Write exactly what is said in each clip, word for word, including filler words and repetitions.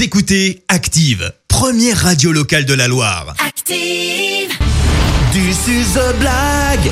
Vous écoutez Active, première radio locale de la Loire. Active. Du suzo blague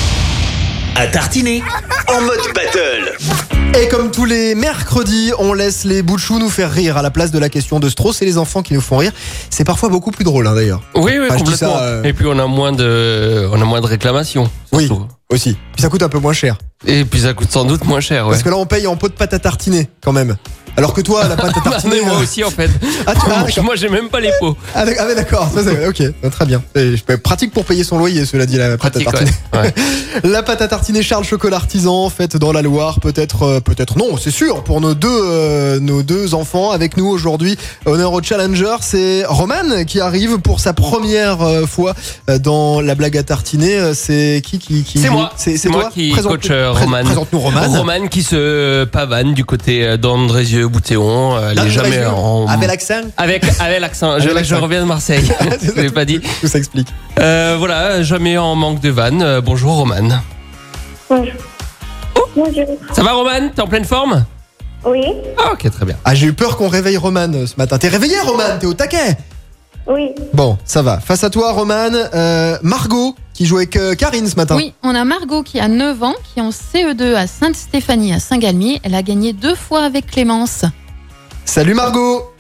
à tartiner en mode battle. Et comme tous les mercredis, on laisse les bouts de chou nous faire rire à la place de la question de Stro. C'est les enfants qui nous font rire. C'est parfois beaucoup plus drôle, hein, d'ailleurs. Oui, oui, Enfin, je dis complètement. ça, euh, Et puis on a moins de, on a moins de réclamations. Oui, surtout. aussi. Puis ça coûte un peu moins cher. Et puis ça coûte sans doute moins cher, ouais. Parce que là, on paye en pot de pâte à tartiner, quand même. Alors que toi, la pâte à tartiner... Mais moi euh, aussi en fait. Ah, tu- ah, moi, d'accord. moi j'ai même pas les pots. Ah, d'ac- ah, mais d'accord. Ça, c'est- ok, ah, très bien. Et je peux- pratique pour payer son loyer, cela dit, la pâte à Pratique, tartiner. ouais. Ouais. La pâte à tartiner Charles Chocolat Artisan, faite dans la Loire, peut-être, euh, peut-être non, c'est sûr, pour nos deux, euh, nos deux enfants avec nous aujourd'hui. Honneur au challenger, c'est Roman qui arrive pour sa première euh, fois euh, dans la blague à tartiner. Euh, C'est qui qui, qui C'est joue moi. C'est, C'est toi moi qui Présente- coach euh, pré- Roman. Présente-nous Roman. Roman qui se pavane du côté d'Andrézieux-Boutéon. Elle est jamais Andrézieux. en. Avec l'accent. Avec, avec l'accent. Avec Je, l'accent. je reviens de Marseille. Je l'ai pas dit. Tout ça explique. Euh, voilà, jamais en manque de vannes. Euh, bonjour Roman. Bonjour. Bonjour. Ça va Roman? T'es en pleine forme? Oui. Ah, ok, très bien. Ah, j'ai eu peur qu'on réveille Roman euh, ce matin. T'es réveillé, Roman? T'es au taquet? Oui. Bon, ça va. Face à toi, Roman, euh, Margot qui joue avec euh, Karine ce matin. Oui, on a Margot qui a neuf ans, qui est en C E deux à Sainte-Stéphanie à Saint-Galmier. Elle a gagné deux fois avec Clémence. Salut Margot.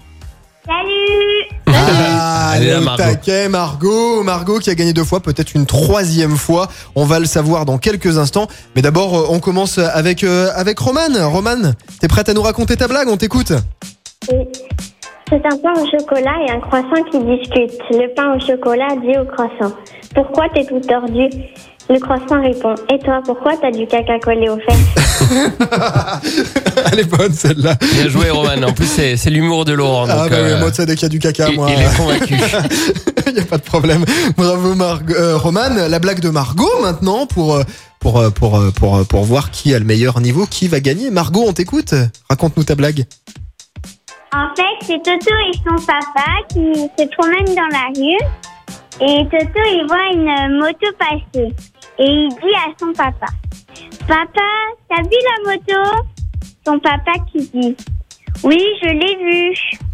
Salut. Ah, Elle est là, le Margot. taquet, Margot. Margot qui a gagné deux fois, peut-être une troisième fois. On va le savoir dans quelques instants. Mais d'abord, euh, on commence avec, euh, avec Roman. Roman, t'es prête à nous raconter ta blague? On t'écoute. Oui. C'est un pain au chocolat et un croissant qui discutent. Le pain au chocolat dit au croissant: pourquoi t'es tout tordu? Le croissant répond: et toi, pourquoi t'as du caca collé aux fesses? Elle est bonne celle-là. Bien joué Roman. En plus, c'est, c'est l'humour de Laurent. Ah donc, bah oui, euh, moi tu sais, dès qu'il y a du caca, il, moi. il est convaincu. Il n'y a pas de problème. Bravo Margot. Euh, Roman, la blague de Margot maintenant pour, euh, pour, euh, pour, euh, pour, euh, pour voir qui a le meilleur niveau, qui va gagner. Margot, on t'écoute. Raconte-nous ta blague. En fait, c'est Toto et son papa qui se promènent dans la rue. Et Toto, il voit une moto passer. Et il dit à son papa: papa, t'as vu la moto? Son papa qui dit: oui, je l'ai vue.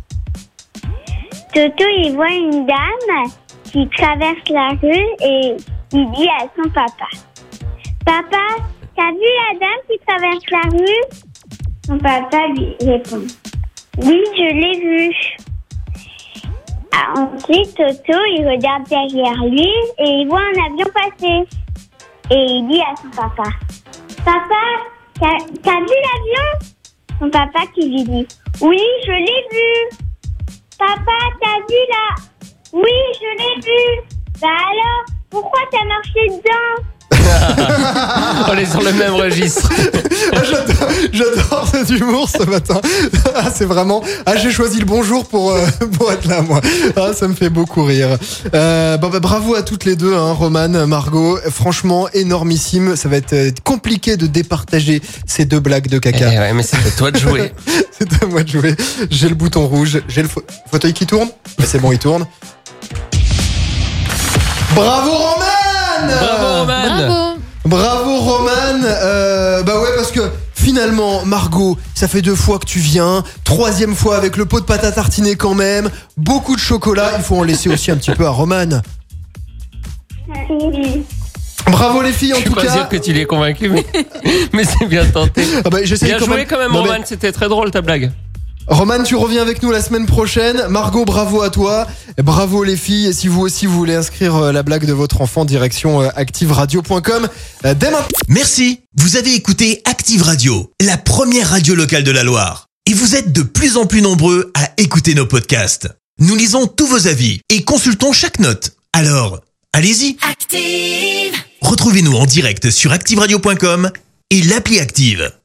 Toto, il voit une dame qui traverse la rue et il dit à son papa: papa, t'as vu la dame qui traverse la rue? Son papa lui répond: oui, je l'ai vue. Ah, ensuite, Toto, il regarde derrière lui et il voit un avion passer. Et il dit à son papa: papa, t'as, t'as vu l'avion? Son papa qui lui dit: oui, je l'ai vu. Papa, t'as vu là? Oui, je l'ai vu. Bah alors, pourquoi t'as marché dedans? On est sur le même registre. Ah, j'adore, j'adore cet humour ce matin. Ah, c'est vraiment. Ah, j'ai choisi le bon jour pour, euh, pour être là, moi. Ah, ça me fait beaucoup rire. Euh, bon, bah, bravo à toutes les deux, hein, Roman, Margot. Franchement, énormissime. Ça va être euh, compliqué de départager ces deux blagues de Eh caca. ouais, mais c'est à toi de jouer. C'est à moi de jouer. J'ai le bouton rouge. J'ai le fa- fauteuil qui tourne. Mais c'est bon, il tourne. Bravo, Roman! Bravo Roman. Bravo. Bravo Roman. Euh, bah ouais, parce que finalement Margot, ça fait deux fois que tu viens, troisième fois avec le pot de pâte à tartiner quand même, beaucoup de chocolat, il faut en laisser aussi un petit peu à Roman. Bravo les filles en Je suis tout pas cas. sûr que tu l'aies convaincu, mais, mais c'est bien tenté. Ah bah, j'essaye Bien quand joué même. quand même Non, Roman, mais- c'était très drôle ta blague. Roman, tu reviens avec nous la semaine prochaine. Margot, bravo à toi. Et bravo les filles. Et si vous aussi vous voulez inscrire euh, la blague de votre enfant, direction euh, active radio point com. Euh, dès maintenant. Merci. Vous avez écouté Active Radio, la première radio locale de la Loire. Et vous êtes de plus en plus nombreux à écouter nos podcasts. Nous lisons tous vos avis et consultons chaque note. Alors, allez-y. Active. Retrouvez-nous en direct sur active radio point com et l'appli Active.